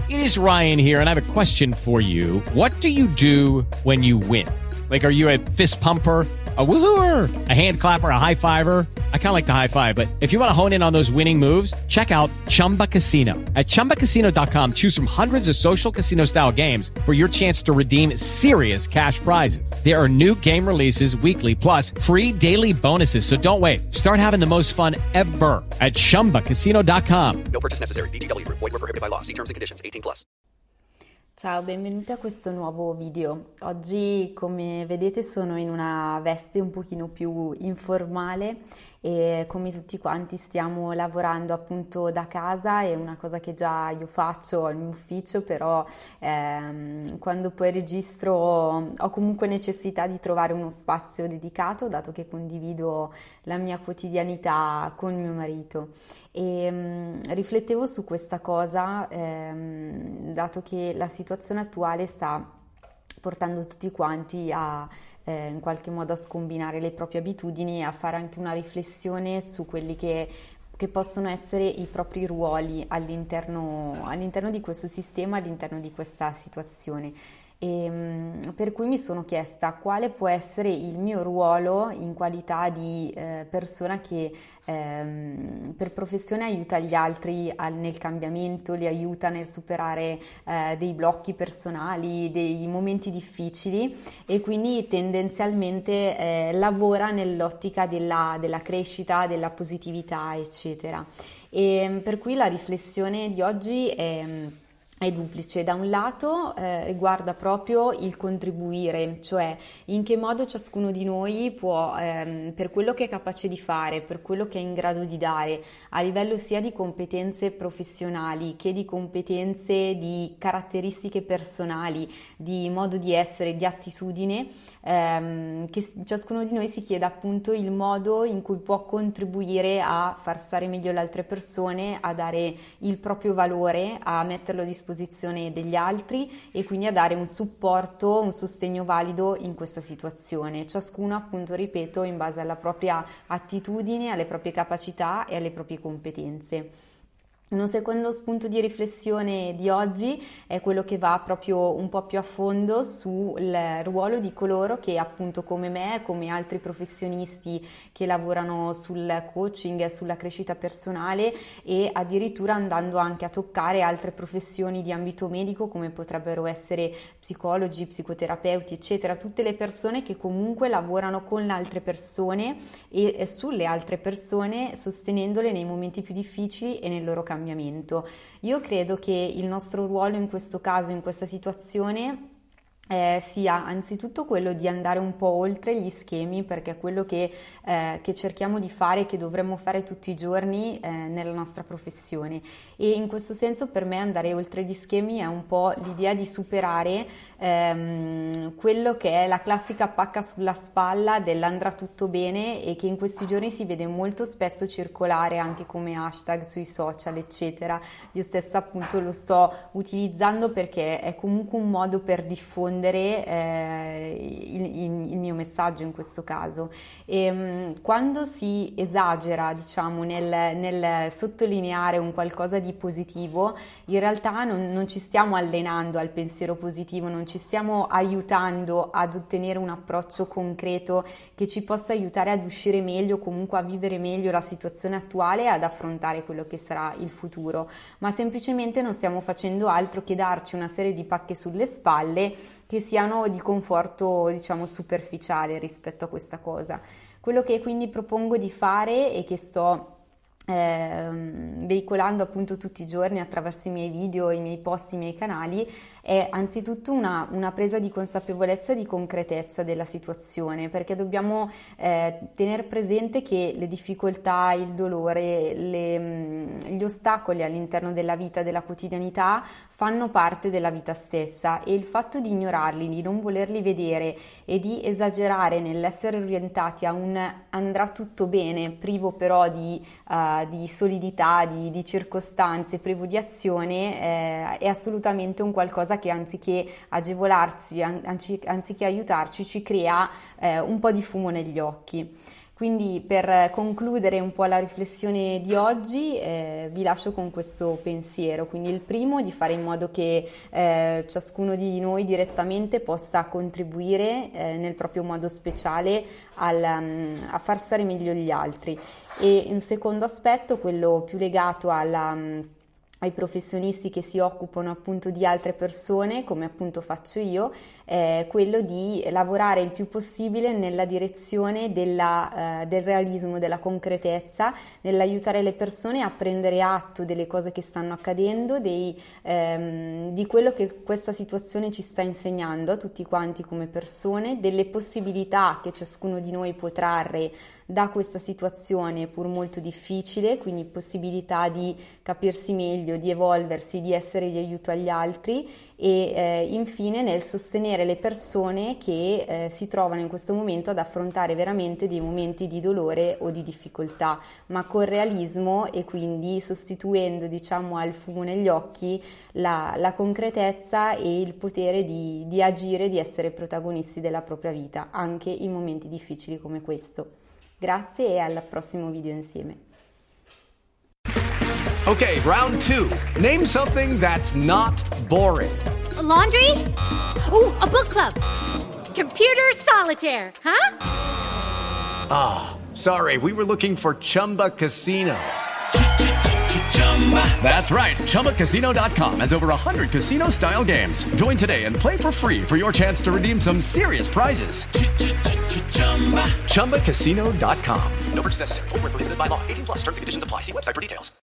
It is Ryan here, and I have a question for you. What do you do when you win? Like, are you a fist pumper, a woohooer, a hand clapper, a high fiver? I kind of like the high five, but if you want to hone in on those winning moves, check out Chumba Casino. At ChumbaCasino.com, choose from hundreds of social casino style games for your chance to redeem serious cash prizes. There are new game releases weekly, plus free daily bonuses. So don't wait. Start having the most fun ever at ChumbaCasino.com. No purchase necessary. VGW Group. Void where prohibited by law. See terms and conditions. 18+. Ciao, benvenuti a questo nuovo video. Oggi, come vedete, sono in una veste un pochino più informale e come tutti quanti stiamo lavorando appunto da casa. È una cosa che già io faccio al mio ufficio, però quando poi registro ho comunque necessità di trovare uno spazio dedicato, dato che condivido la mia quotidianità con mio marito. E riflettevo su questa cosa, dato che la situazione attuale sta portando tutti quanti a in qualche modo a scombinare le proprie abitudini e a fare anche una riflessione su quelli che possono essere i propri ruoli all'interno di questo sistema, all'interno di questa situazione. Per cui mi sono chiesta quale può essere il mio ruolo in qualità di persona che per professione aiuta gli altri nel cambiamento, li aiuta nel superare dei blocchi personali, dei momenti difficili, e quindi tendenzialmente lavora nell'ottica della crescita, della positività, eccetera. E per cui la riflessione di oggi è duplice. Da un lato riguarda proprio il contribuire, cioè in che modo ciascuno di noi può, per quello che è capace di fare, per quello che è in grado di dare, a livello sia di competenze professionali che di competenze, di caratteristiche personali, di modo di essere, di attitudine, che ciascuno di noi si chieda appunto il modo in cui può contribuire a far stare meglio le altre persone, a dare il proprio valore, a metterlo a disposizione degli altri e quindi a dare un supporto, un sostegno valido in questa situazione. Ciascuno, appunto, ripeto, in base alla propria attitudine, alle proprie capacità e alle proprie competenze. Un secondo spunto di riflessione di oggi è quello che va proprio un po' più a fondo sul ruolo di coloro che, appunto, come me, come altri professionisti che lavorano sul coaching, sulla crescita personale, e addirittura andando anche a toccare altre professioni di ambito medico come potrebbero essere psicologi, psicoterapeuti, eccetera, tutte le persone che comunque lavorano con le altre persone e sulle altre persone, sostenendole nei momenti più difficili e nel loro cambiamento. Io credo che il nostro ruolo in questo caso, in questa situazione, sia anzitutto quello di andare un po' oltre gli schemi, perché è quello che cerchiamo di fare, che dovremmo fare tutti i giorni nella nostra professione. E in questo senso, per me, andare oltre gli schemi è un po' l'idea di superare quello che è la classica pacca sulla spalla dell'andrà tutto bene, e che in questi giorni si vede molto spesso circolare anche come hashtag sui social, eccetera. Io stessa, appunto, lo sto utilizzando perché è comunque un modo per diffondere il mio messaggio in questo caso. E quando si esagera, diciamo, nel sottolineare un qualcosa di positivo, in realtà non ci stiamo allenando al pensiero positivo, non ci stiamo aiutando ad ottenere un approccio concreto che ci possa aiutare ad uscire meglio, comunque a vivere meglio la situazione attuale e ad affrontare quello che sarà il futuro, ma semplicemente non stiamo facendo altro che darci una serie di pacche sulle spalle che siano di conforto, diciamo, superficiale rispetto a questa cosa. Quello che quindi propongo di fare e che sto veicolando appunto tutti i giorni attraverso i miei video, i miei post, i miei canali, è anzitutto una presa di consapevolezza e di concretezza della situazione, perché dobbiamo tenere presente che le difficoltà, il dolore, gli ostacoli all'interno della vita, della quotidianità, fanno parte della vita stessa, e il fatto di ignorarli, di non volerli vedere e di esagerare nell'essere orientati a un andrà tutto bene, privo però di solidità, di circostanze, privo di azione, è assolutamente un qualcosa che, anziché agevolarci, anziché aiutarci, ci crea un po' di fumo negli occhi. Quindi per concludere un po' la riflessione di oggi vi lascio con questo pensiero, quindi il primo di fare in modo che ciascuno di noi direttamente possa contribuire nel proprio modo speciale a far stare meglio gli altri, e un secondo aspetto, quello più legato ai professionisti che si occupano appunto di altre persone, come appunto faccio io, quello di lavorare il più possibile nella direzione del realismo, della concretezza, nell'aiutare le persone a prendere atto delle cose che stanno accadendo, di quello che questa situazione ci sta insegnando a tutti quanti come persone, delle possibilità che ciascuno di noi può trarre da questa situazione pur molto difficile, quindi possibilità di capirsi meglio, di evolversi, di essere di aiuto agli altri, e infine nel sostenere le persone che si trovano in questo momento ad affrontare veramente dei momenti di dolore o di difficoltà, ma con realismo, e quindi sostituendo, diciamo, al fumo negli occhi la concretezza e il potere di agire, di essere protagonisti della propria vita anche in momenti difficili come questo. Grazie e al prossimo video insieme. Okay, round 2. Name something that's not boring. A laundry? Ooh, a book club. Computer solitaire, huh? Ah, sorry, we were looking for Chumba Casino. That's right, ChumbaCasino.com has over 100 casino-style games. Join today and play for free for your chance to redeem some serious prizes. ChumbaCasino.com. No purchase necessary. Void where prohibited by law. 18+ terms and conditions apply. See website for details.